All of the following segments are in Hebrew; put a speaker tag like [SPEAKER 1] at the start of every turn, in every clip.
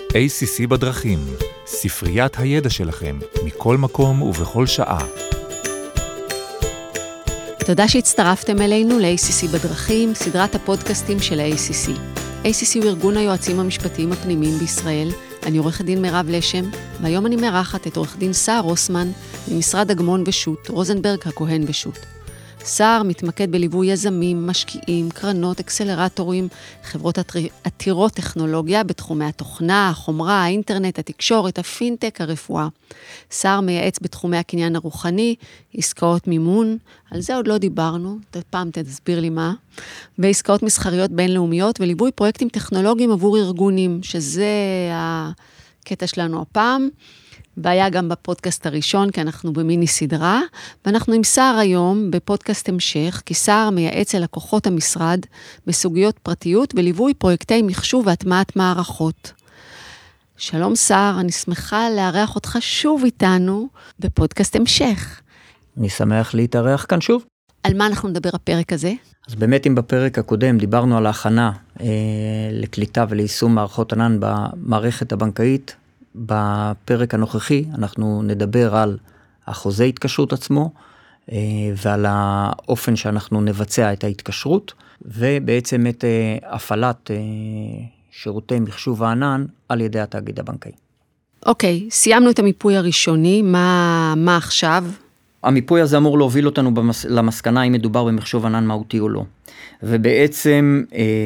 [SPEAKER 1] ACC בדרכים, ספריית הידע שלכם, מכל מקום ובכל שעה.
[SPEAKER 2] תודה שהצטרפתם אלינו ל-ACC בדרכים, סדרת הפודקאסטים של ה-ACC. ACC הוא ארגון היועצים המשפטיים הפנימיים בישראל. אני עורכת דין מירב לשם, והיום אני מארחת את עורך דין סער רוסמן ממשרד אגמון ושות, רוזנברג הכהן ושות. סער מתמקד בליווי יזמים, משקיעים, קרנות, אקסלרטורים, חברות עתירות טכנולוגיה בתחומי התוכנה, החומרה, האינטרנט, התקשורת, הפינטק, הרפואה. סער מייעץ בתחומי הקניין הרוחני, עסקאות מימון, על זה עוד לא דיברנו, פעם תסביר לי מה, ועסקאות מסחריות בינלאומיות וליווי פרויקטים טכנולוגיים עבור ארגונים, שזה הקטע שלנו הפעם. והיה גם בפודקאסט הראשון, כי אנחנו במיני סדרה, ואנחנו עם סער היום בפודקאסט המשך, כי סער מייעץ ללקוחות המשרד בסוגיות פרטיות וליווי פרויקטי מחשוב והטמעת מערכות. שלום סער, אני שמחה לארח אותך שוב איתנו בפודקאסט המשך.
[SPEAKER 3] אני שמח להתארח כאן שוב.
[SPEAKER 2] על מה אנחנו נדבר הפרק הזה?
[SPEAKER 3] אז באמת אם בפרק הקודם דיברנו על ההכנה לקליטה וליישום מערכות ענן במערכת הבנקאית, בפרק הנוכחי אנחנו נדבר על החוזה התקשרות עצמו, ועל האופן שאנחנו נבצע את ההתקשרות, ובעצם את הפעלת שירותי מחשוב הענן על ידי התאגיד הבנקאי.
[SPEAKER 2] אוקיי, סיימנו את המיפוי הראשוני, מה עכשיו?
[SPEAKER 3] המיפוי הזה אמור להוביל אותנו למסקנה אם מדובר במחשוב ענן מהותי או לא. ובעצם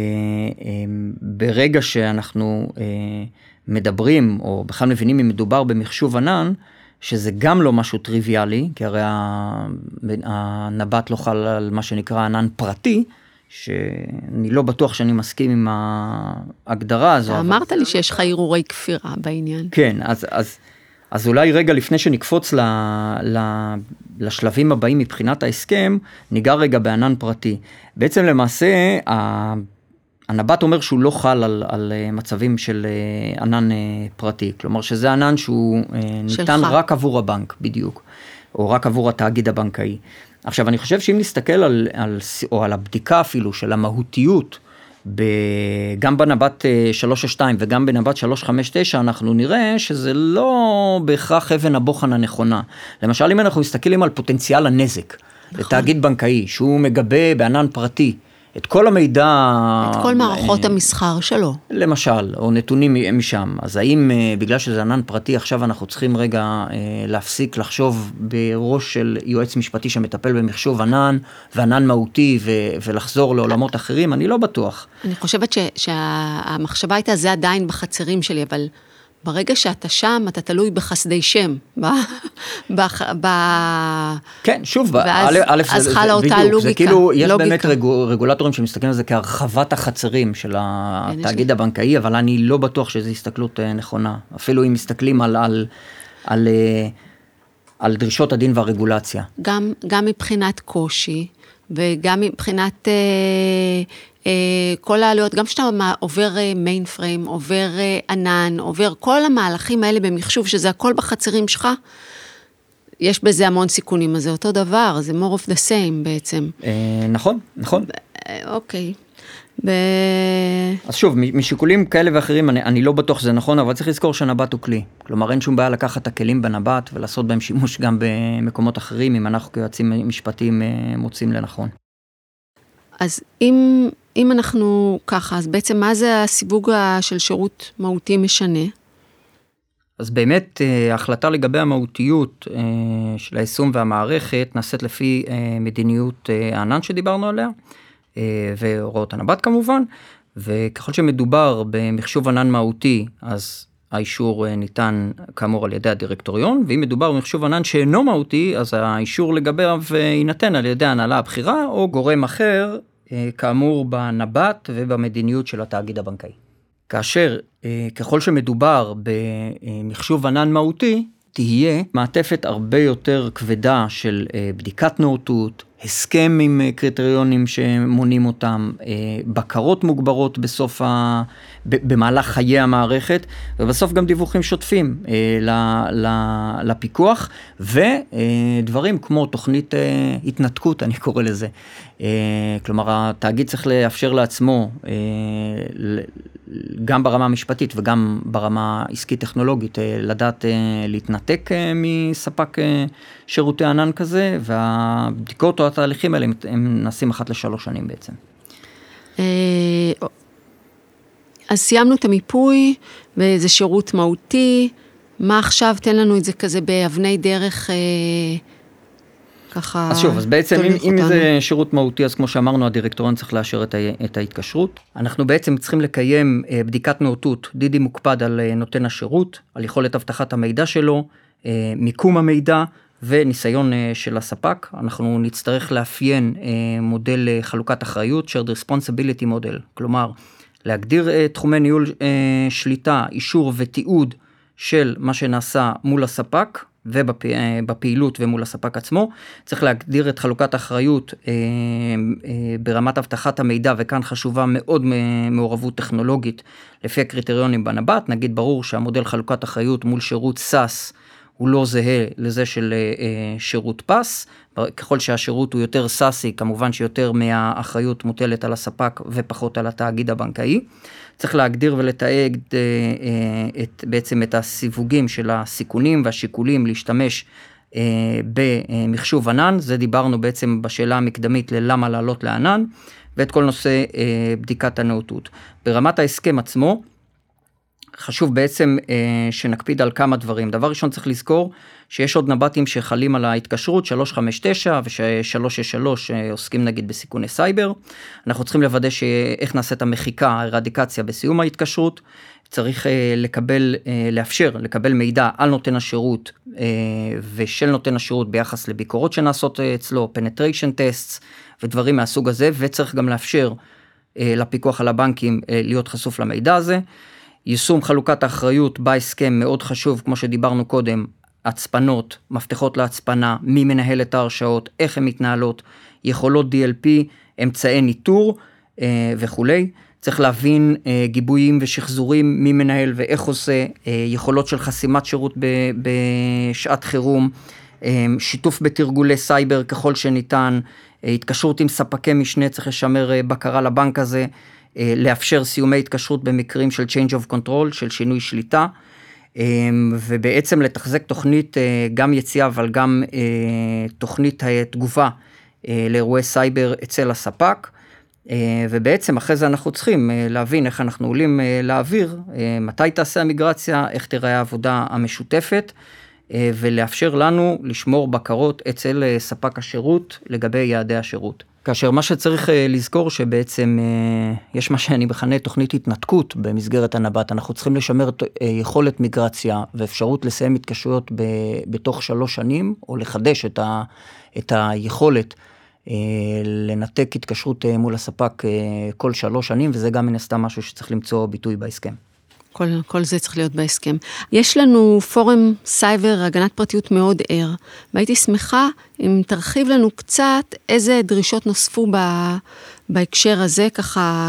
[SPEAKER 3] ברגע שאנחנו מדברים, או בכלל מבינים אם מדובר במחשוב ענן, שזה גם לא משהו טריוויאלי, כי הרי הנבט לא חל על מה שנקרא ענן פרטי, שאני לא בטוח שאני מסכים עם ההגדרה הזו.
[SPEAKER 2] אמרת לי שיש לך ערעורי כפירה בעניין.
[SPEAKER 3] כן, אז אולי רגע לפני שנקפוץ לשלבים הבאים מבחינת ההסכם, ניגע רגע בענן פרטי. בעצם למעשה, הנבט אומר שהוא לא חל על מצבים של ענן פרטי, כלומר שזה ענן שהוא ניתן רק עבור הבנק בדיוק, או רק עבור התאגיד הבנקאי. עכשיו אני חושב שאם נסתכל או על הבדיקה אפילו של המהותיות, גם בנבט 362 וגם בנבט 359, אנחנו נראה שזה לא בהכרח אבן הבוחן הנכונה. למשל אם אנחנו מסתכלים על פוטנציאל הנזק, לתאגיד בנקאי, שהוא מגבה בענן פרטי, את כל המידע...
[SPEAKER 2] את כל מערכות המסחר שלו.
[SPEAKER 3] למשל, או נתונים משם. אז האם בגלל שזה ענן פרטי, עכשיו אנחנו צריכים רגע להפסיק לחשוב בראש של יועץ משפטי שמטפל במחשוב ענן, וענן מהותי, ולחזור לעולמות אחרים? אני לא בטוח.
[SPEAKER 2] אני חושבת שהמחשבה הייתה, זה עדיין בחצרים שלי, אבל ברגע שאתה שם, אתה תלוי בחסדי שם.
[SPEAKER 3] כן, שוב,
[SPEAKER 2] אז חלה אותה לוגיקה.
[SPEAKER 3] זה כאילו, יש באמת רגולטורים שמסתכלים על זה כהרחבת החצרים של התאגיד הבנקאי, אבל אני לא בטוח שזו הסתכלות נכונה. אפילו אם מסתכלים על דרישות הדין והרגולציה.
[SPEAKER 2] גם מבחינת קושי, וגם מבחינת כל העלויות, גם שאתה עובר מיין פריים, עובר ענן, עובר כל המהלכים האלה במחשוב, שזה הכל בחצרים שלך, יש בזה המון סיכונים, אז זה אותו דבר, זה more of the same בעצם.
[SPEAKER 3] נכון.
[SPEAKER 2] אוקיי.
[SPEAKER 3] אז שוב, משיקולים כאלה ואחרים, אני לא בטוח שזה נכון, אבל צריך לזכור שהנבט הוא כלי. כלומר, אין שום בעיה לקחת את הכלים בנבט, ולעשות בהם שימוש גם במקומות אחרים, אם אנחנו כיועצים משפטיים מוצאים לנכון.
[SPEAKER 2] אז אם אנחנו ככה, אז בעצם מה זה הסיווג של שירות מהותי משנה?
[SPEAKER 3] אז באמת ההחלטה לגבי המהותיות של היישום והמערכת נעשית לפי מדיניות הענן שדיברנו עליה, והוראות הנבט כמובן, וככל שמדובר במחשוב ענן מהותי, אז האישור ניתן כאמור על ידי הדירקטוריון, ואם מדובר במחשוב ענן שאינו מהותי, אז האישור לגביו יינתן על ידי ההנהלה הבכירה, או גורם אחר, כאמור בנבט ובמדיניות של התאגיד הבנקאי. כאשר ככל שמדובר במחשוב ענן מהותי, תהיה מעטפת הרבה יותר כבדה של בדיקת נאותות, הסכם עם קריטריונים שמונים אותם, בקרות מוגברות במהלך חיי המערכת, ובסוף גם דיווחים שוטפים לפיקוח, ודברים כמו תוכנית התנתקות, אני קורא לזה. כלומר, התאגיד צריך לאפשר לעצמו, גם ברמה המשפטית וגם ברמה עסקית טכנולוגית, לדעת להתנתק מספק שירותי ענן כזה, והבדיקות או התהליכים האלה הם נעשים אחת ל3 שנים בעצם.
[SPEAKER 2] אז סיימנו את המיפוי, וזה שירות מהותי, מה עכשיו? תן לנו את זה כזה באבני דרך ככה.
[SPEAKER 3] אז שוב, אז בעצם אם זה שירות מהותי, אז כמו שאמרנו, הדירקטוריון צריך לאשר את ההתקשרות. אנחנו בעצם צריכים לקיים בדיקת נאותות, דידי מוקפד על נותן השירות, על יכולת הבטחת המידע שלו, מיקום המידע וניסיון של הספק. אנחנו נצטרך לאפיין מודל חלוקת אחריות, shared responsibility model, כלומר, להגדיר תחומי ניהול שליטה, אישור ותיעוד של מה שנעשה מול הספק, ובפעילות ומול הספק עצמו. צריך להגדיר את חלוקת האחריות ברמת הבטחת המידע, וכאן חשובה מאוד מעורבות טכנולוגית לפי הקריטריונים בנבט. נגיד ברור שהמודל חלוקת אחריות מול שירות סאס, הוא לא זהה לזה של שירות פס, ככל שהשירות הוא יותר סאסי, כמובן שיותר מהאחריות מוטלת על הספק ופחות על התאגיד הבנקאי. צריך להגדיר ולתאג בעצם את הסיווגים של הסיכונים והשיקולים להשתמש במחשוב ענן, זה דיברנו בעצם בשאלה המקדמית ללמה לעלות לענן, ואת כל נושא בדיקת הנאותות. ברמת ההסכם עצמו, חשוב בעצם שנקפיד על כמה דברים. דבר ראשון צריך לזכור שיש עוד נבטים שחלים על ההתקשרות, 359 ו363 עוסקים נגיד בסיכוני סייבר. אנחנו צריכים לוודא שאיך נעשית המחיקה, הרדיקציה בסיום ההתקשרות. צריך לאפשר לקבל מידע על נותן השירות ושל נותן השירות ביחס לביקורות שנעשות אצלו, penetration tests ודברים מהסוג הזה, וצריך גם לאפשר לפיקוח על הבנקים להיות חשוף למידע הזה. יישום חלוקת האחריות בהסכם מאוד חשוב, כמו שדיברנו קודם, הצפנות, מפתחות להצפנה, מי מנהל את ההרשאות, איך הן מתנהלות, יכולות DLP, אמצעי ניטור וכו'. צריך להבין גיבויים ושחזורים, מי מנהל ואיך עושה, יכולות של חסימת שירות בשעת חירום, שיתוף בתרגולי סייבר ככל שניתן, התקשרות עם ספקי משנה, צריך לשמר בקרה לבנק הזה, לאפשר סיומי התקשרות במקרים של change of control, של שינוי שליטה, ובעצם לתחזק תוכנית גם יציאה, אבל גם תוכנית תגובה לאירועי סייבר אצל הספק, ובעצם אחרי זה אנחנו צריכים להבין איך אנחנו עולים לאוויר, מתי תעשה המיגרציה, איך תראה העבודה המשותפת, ולאפשר לנו לשמור בקרות אצל ספק השירות לגבי יעדי השירות. כאשר מה שצריך לזכור שבעצם יש מה שאני מכנה תוכנית התנתקות במסגרת הנבט, אנחנו צריכים לשמר יכולת מיגרציה ואפשרות לסיים התקשרויות בתוך 3 שנים, או לחדש את היכולת לנתק התקשרות מול הספק כל 3 שנים, וזה גם מן הסתם משהו שצריך למצוא ביטוי בהסכם.
[SPEAKER 2] כל זה צריך להיות בהסכם. יש לנו פורום סייבר, הגנת פרטיות מאוד ער, והייתי שמחה אם תרחיב לנו קצת איזה דרישות נוספו בהקשר הזה, ככה.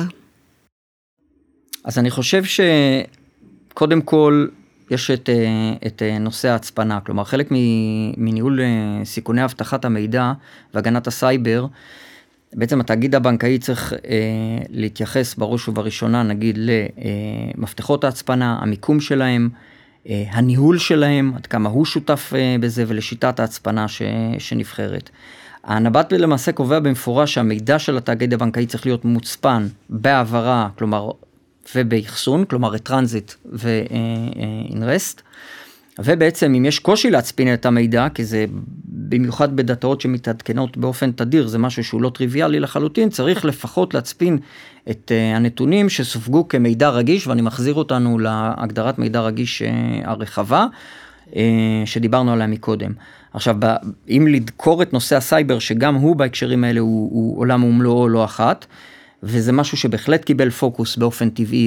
[SPEAKER 3] אז אני חושב שקודם כל יש את נושא ההצפנה, כלומר חלק מניהול סיכוני הבטחת המידע והגנת הסייבר, בעצם התאגיד הבנקאי צריך להתייחס בראש ובראשונה, נגיד, למפתחות ההצפנה, המיקום שלהם, הניהול שלהם, עד כמה הוא שותף בזה, ולשיטת ההצפנה שנבחרת. הנבט למעשה קובע במפורש שהמידע של התאגיד הבנקאי צריך להיות מוצפן בהעברה, כלומר, ובאחסון, כלומר, טרנזיט ואינרסט, ובעצם אם יש קושי להצפין את המידע, כי זה במיוחד בדאטאות שמתעדכנות באופן תדיר, זה משהו שהוא לא טריוויאלי לחלוטין, צריך לפחות להצפין את הנתונים שסופגו כמידע רגיש, ואני מחזיר אותנו להגדרת מידע רגיש הרחבה, שדיברנו עליה מקודם. עכשיו, אם לדקור את נושא הסייבר, שגם הוא בהקשרים האלה הוא עולם ומלואו לא אחת, וזה משהו שבהחלט קיבל פוקוס באופן טבעי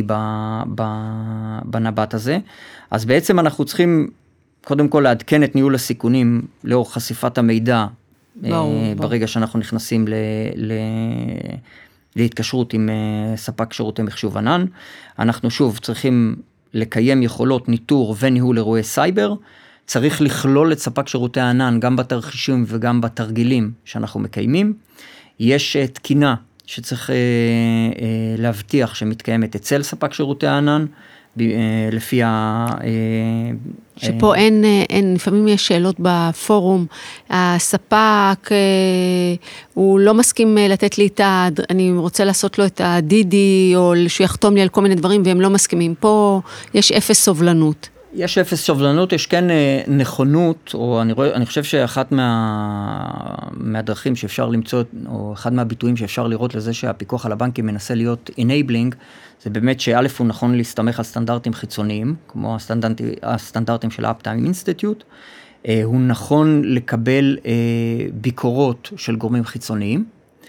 [SPEAKER 3] בנבט הזה, אז בעצם אנחנו צריכים קודם כל לעדכן את ניהול הסיכונים לאור חשיפת המידע ברגע שאנחנו נכנסים להתקשרות עם ספק שירותי מחשוב ענן. אנחנו שוב צריכים לקיים יכולות ניטור וניהול אירועי סייבר, צריך לכלול את ספק שירותי הענן גם בתרחישים וגם בתרגילים שאנחנו מקיימים. יש תקינה שצריך להבטיח שמתקיימת אצל ספק שירותי הענן, לפי
[SPEAKER 2] שפה אין, לפעמים יש שאלות בפורום, הספק, הוא לא מסכים לתת לי אני רוצה לעשות לו את הדידי, או שהוא יחתום לי על כל מיני דברים, והם לא מסכימים. פה יש אפס סובלנות.
[SPEAKER 3] יש אפס סובלנות, יש כן נכונות, או אני חושב שאחת מהדרכים שאפשר למצוא, או אחד מהביטויים שאפשר לראות לזה שהפיקוח על הבנקים מנסה להיות enabling, זה באמת שא' הוא נכון להסתמך על סטנדרטים חיצוניים, כמו הסטנדרטים של ה-Uptime Institute, הוא נכון לקבל ביקורות של גורמים חיצוניים,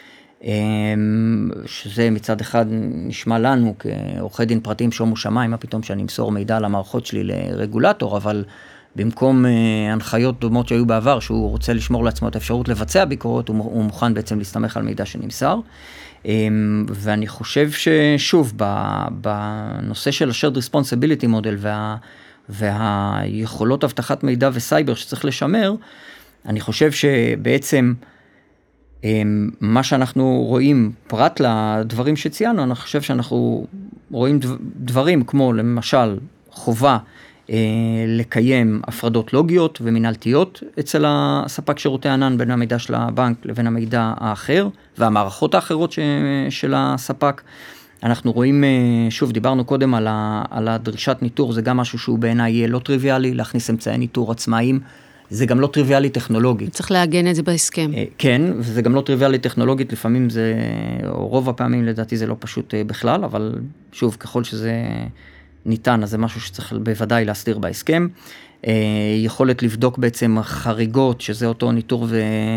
[SPEAKER 3] שזה מצד אחד נשמע לנו כעורכי דין פרטיים שומו שמיים, מה פתאום שאני אמסור מידע על המערכות שלי לרגולטור, אבל במקום הנחיות דומות שהיו בעבר, שהוא רוצה לשמור לעצמו את האפשרות לבצע ביקורות, הוא מוכן בעצם להסתמך על מידע שנמסר. ואני חושב ששוב, בנושא של ה-Shared Responsibility Model והיכולות הבטחת מידע וסייבר שצריך לשמר, אני חושב שבעצם מה שאנחנו רואים פרט לדברים שציינו, אני חושב שאנחנו רואים דברים כמו למשל חובה לקיים הפרדות לוגיות ומנהלתיות אצל הספק שירותי ענן בין המידע של הבנק לבין המידע האחר והמערכות האחרות של הספק. אנחנו רואים, שוב דיברנו קודם על הדרישת ניטור, זה גם משהו שהוא בעיניי יהיה לא טריוויאלי, להכניס אמצעי ניטור עצמאיים, זה גם לא טריוויאלי טכנולוגית.
[SPEAKER 2] צריך להגן את זה בהסכם.
[SPEAKER 3] כן, וזה גם לא טריוויאלי טכנולוגית, לפעמים זה, או רוב הפעמים לדעתי זה לא פשוט בכלל, אבל שוב, ככל שזה ניתן, אז זה משהו שצריך בוודאי להסדיר בהסכם. יכולת לבדוק בעצם חריגות, שזה אותו ניטור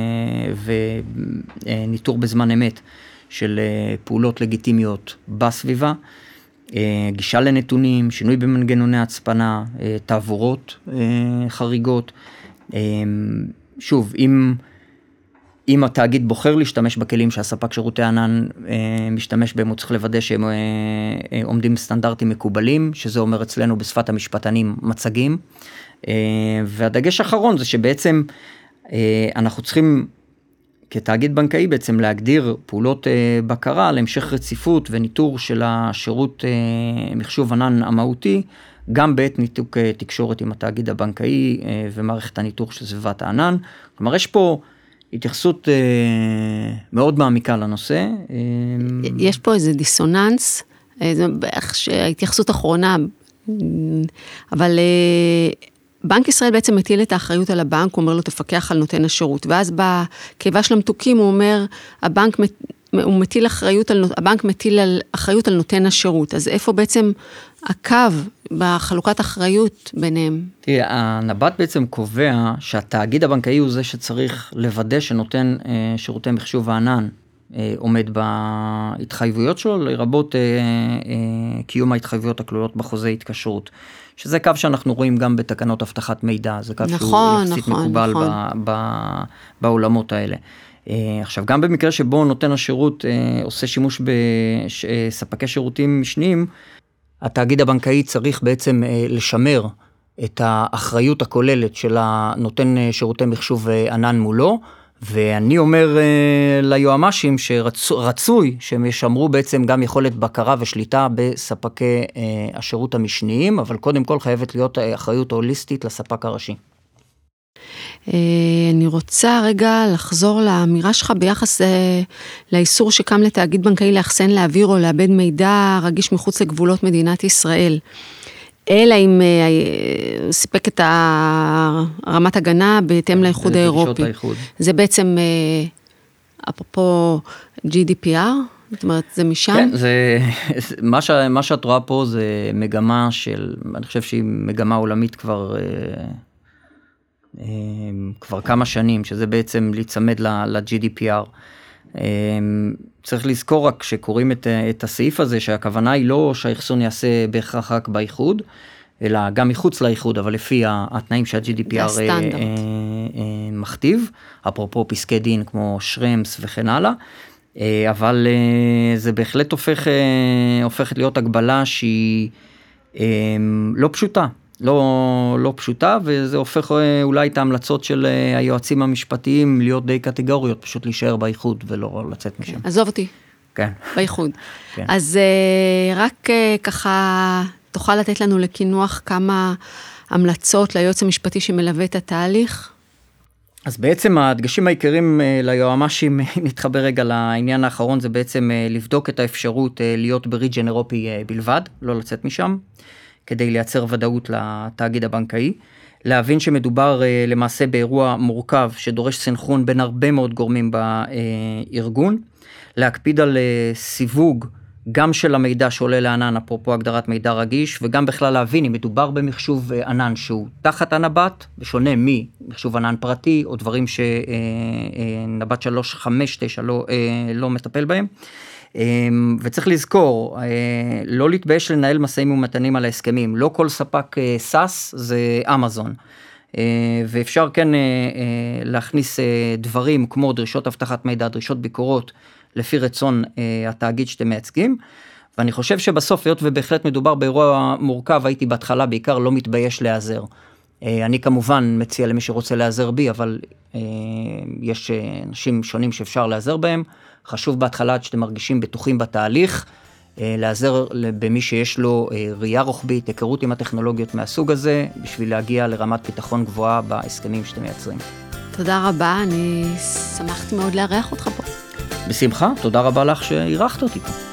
[SPEAKER 3] וניטור בזמן אמת, של פעולות לגיטימיות בסביבה, גישה לנתונים, שינוי במנגנוני הצפנה, תעבורות חריגות. שוב, אם התאגיד בוחר להשתמש בכלים שהספק שירותי ענן משתמש בהם, הוא צריך לוודא שהם עומדים בסטנדרטים מקובלים, שזה אומר אצלנו בשפת המשפטנים מצגים. והדגש האחרון זה שבעצם אנחנו צריכים כתאגיד בנקאי בעצם להגדיר פעולות בקרה על המשך רציפות וניטור של השירות מחשוב ענן המהותי, גם בעת ניתוק תקשורת עם התאגיד הבנקאי ומערכת הניטור של סביבת הענן. כלומר, יש פה התייחסות מאוד מעמיקה לנושא.
[SPEAKER 2] יש פה איזה דיסוננס, ההתייחסות האחרונה, אבל בנק ישראל בעצם מטיל את האחריות על הבנק, הוא אומר לו תפקח על נותן השירות, ואז בקיבה של המתוקים הוא אומר, הבנק מטיל אחריות על נותן השירות, אז איפה בעצם הקו בחלוקת אחריות ביניהם?
[SPEAKER 3] תראה, הנבט בעצם קובע שהתאגיד הבנקאי הוא זה שצריך לוודא שנותן שירותי מחשוב הענן עומד בהתחייבויות שלו, לרבות קיום ההתחייבויות הכלולות בחוזה התקשרות, שזה קו שאנחנו רואים גם בתקנות הבטחת מידע, זה קו שהוא יחסית מקובל בעולמות האלה. עכשיו, גם במקרה שבו נותן השירות עושה שימוש בספקי שירותים משניים, התאגיד הבנקאי צריך בעצם לשמר את האחריות הכוללת של הנותן שירותי מחשוב ענן מולו, ואני אומר ליועמ"שים שרצוי שהם ישמרו בעצם גם יכולת בקרה ושליטה בספקי השירות המשניים, אבל קודם כל חייבת להיות אחריות הוליסטית לספק הראשי.
[SPEAKER 2] אני רוצה רגע לחזור לאמירה שלך ביחס לאיסור שקם לתאגיד בנקאי לאחסן, להעביר או לאבד מידע רגיש מחוץ לגבולות מדינת ישראל. אלא אם סיפק את רמת הגנה בהתאם לאיחוד האירופי. זה בעצם, אפרופו GDPR, זאת אומרת, זה משם?
[SPEAKER 3] כן, מה שאת רואה פה זה מגמה של, אני חושב שהיא מגמה עולמית כבר כמה שנים, שזה בעצם להיצמד ל-GDPR. צריך לזכור רק שקוראים את הסעיף הזה, שהכוונה היא לא שהאחסון יעשה בהכרח רק באיחוד, אלא גם מחוץ לאיחוד, אבל לפי התנאים שה-GDPR מכתיב, אפרופו פסקי דין כמו שרמס וכן הלאה, אבל זה בהחלט הופכת להיות הגבלה שהיא לא פשוטה, לא פשוטה, וזה הופך אולי את ההמלצות של היועצים המשפטיים להיות די קטגוריות, פשוט להישאר באיחוד ולא לצאת משם.
[SPEAKER 2] עזוב אותי.
[SPEAKER 3] כן.
[SPEAKER 2] באיחוד.
[SPEAKER 3] כן.
[SPEAKER 2] אז רק ככה תוכל לתת לנו לכינוח כמה המלצות ליועץ המשפטי שמלווה את התהליך?
[SPEAKER 3] אז בעצם הדגשים העיקריים ליועמ"שים, נתחבר רגע לעניין האחרון, זה בעצם לבדוק את האפשרות להיות בריג'ן אירופי בלבד, לא לצאת משם, כדי לייצר ודאות לתאגיד הבנקאי, להבין שמדובר למעשה באירוע מורכב שדורש סנכרון בין הרבה מאוד גורמים בארגון, להקפיד על סיווג גם של המידע שעולה לענן, אפרופו הגדרת מידע רגיש, וגם בכלל להבין אם מדובר במחשוב ענן שהוא תחת הנבט, ושונה ממחשוב ענן פרטי, או דברים שנבט 359 לא מטפל בהם. וצריך לזכור, לא להתבייש לנהל מסעים ומתנים על ההסכמים, לא כל ספק סאס זה אמזון, ואפשר כן להכניס דברים כמו דרישות הבטחת מידע, דרישות ביקורות, לפי רצון התאגיד שאתם מייצגים, ואני חושב שבסוף, היות ובהחלט מדובר באירוע מורכב, הייתי בהתחלה בעיקר לא מתבייש להיעזר. אני כמובן מציע למי שרוצה להיעזר בי, אבל יש אנשים שונים שאפשר להיעזר בהם, חשוב בהתחלה עד שאתם מרגישים בטוחים בתהליך, להיעזר במי שיש לו ראייה רוחבית, היכרות עם הטכנולוגיות מהסוג הזה, בשביל להגיע לרמת ביטחון גבוהה בהסכמים שאתם מייצרים.
[SPEAKER 2] תודה רבה, אני שמחתי מאוד לארח אותך פה.
[SPEAKER 3] בשמחה, תודה רבה לך שאירחת אותי פה.